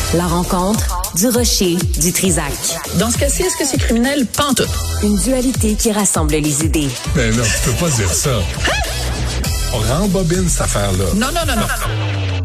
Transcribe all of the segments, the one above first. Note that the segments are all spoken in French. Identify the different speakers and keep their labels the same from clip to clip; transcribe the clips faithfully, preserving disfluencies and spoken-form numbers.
Speaker 1: La rencontre du rocher du Trisac.
Speaker 2: Dans ce cas-ci, est-ce que c'est criminel? Pantoute.
Speaker 1: Une dualité qui rassemble les idées.
Speaker 3: Mais non, tu peux pas dire ça. Hein? On rembobine cette affaire-là.
Speaker 2: Non, non, non, non.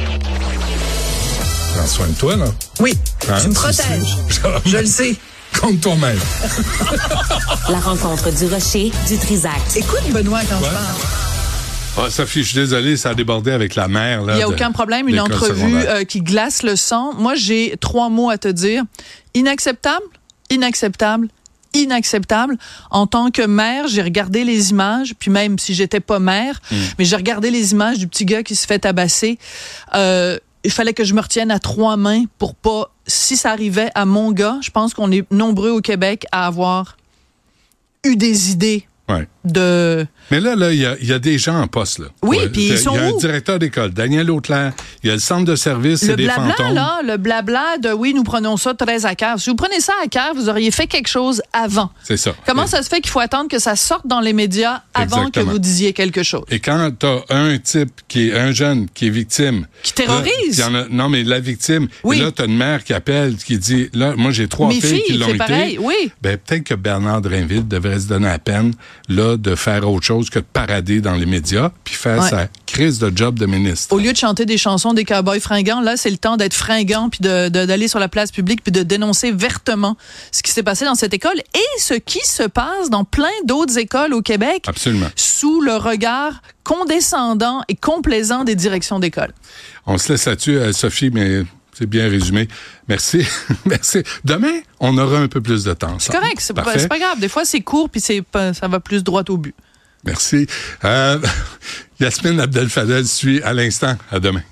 Speaker 3: Prends soin de toi, là.
Speaker 2: Oui,
Speaker 3: hein?
Speaker 2: Tu me protèges. Je le sais.
Speaker 3: Compte toi-même.
Speaker 1: La rencontre du rocher du Trisac.
Speaker 2: Écoute, Benoît, quand
Speaker 3: ouais.
Speaker 2: je parle.
Speaker 3: Ah, Sophie, je suis désolé, ça a débordé avec la mère. Là,
Speaker 2: Il n'y a
Speaker 3: de,
Speaker 2: aucun problème. Une entrevue euh, qui glace le sang. Moi, j'ai trois mots à te dire. Inacceptable, inacceptable, inacceptable. En tant que mère, j'ai regardé les images, puis même si j'étais pas mère, mm. mais j'ai regardé les images du petit gars qui se fait tabasser. Euh, il fallait que je me retienne à trois mains pour pas... Si ça arrivait à mon gars, je pense qu'on est nombreux au Québec à avoir eu des idées
Speaker 3: ouais.
Speaker 2: de...
Speaker 3: Mais là, là, il y a, y a des gens en poste, là.
Speaker 2: Oui, puis ils sont où?
Speaker 3: Il y a un directeur d'école, Daniel Auclair. Il y a le centre de service, c'est des fantômes. Le
Speaker 2: blabla, là, le blabla de « oui, nous prenons ça très à cœur ». Si vous prenez ça à cœur, vous auriez fait quelque chose avant.
Speaker 3: C'est ça.
Speaker 2: Comment
Speaker 3: et...
Speaker 2: ça se fait qu'il faut attendre que ça sorte dans les médias avant Exactement. Que vous disiez quelque chose?
Speaker 3: Et quand t'as un type, qui est un jeune, qui est victime...
Speaker 2: Qui terrorise?
Speaker 3: Là, y en a, non, mais la victime.
Speaker 2: Oui.
Speaker 3: Et là, t'as une mère qui appelle, qui dit, là, moi, j'ai trois
Speaker 2: Mes
Speaker 3: filles,
Speaker 2: filles
Speaker 3: qui l'ont
Speaker 2: c'est
Speaker 3: été.
Speaker 2: Pareil, oui.
Speaker 3: Ben, peut-être que Bernard Drinville devrait se donner la peine, là, de faire autre chose que de parader dans les médias, puis faire ouais. sa crise de job de ministre.
Speaker 2: Au lieu de chanter des chansons des cow-boys fringants, là, c'est le temps d'être fringant, puis de, de, d'aller sur la place publique, puis de dénoncer vertement ce qui s'est passé dans cette école et ce qui se passe dans plein d'autres écoles au Québec.
Speaker 3: Absolument.
Speaker 2: Sous le regard condescendant et complaisant des directions d'école.
Speaker 3: On se laisse là-dessus, euh, Sophie, mais... C'est bien résumé. Merci. Merci. Demain, on aura un peu plus de temps.
Speaker 2: C'est correct. C'est pas, c'est pas grave. Des fois, c'est court puis c'est pas, ça va plus droit au but.
Speaker 3: Merci. Euh, Yasmine Abdel-Fadel suit à l'instant. À demain.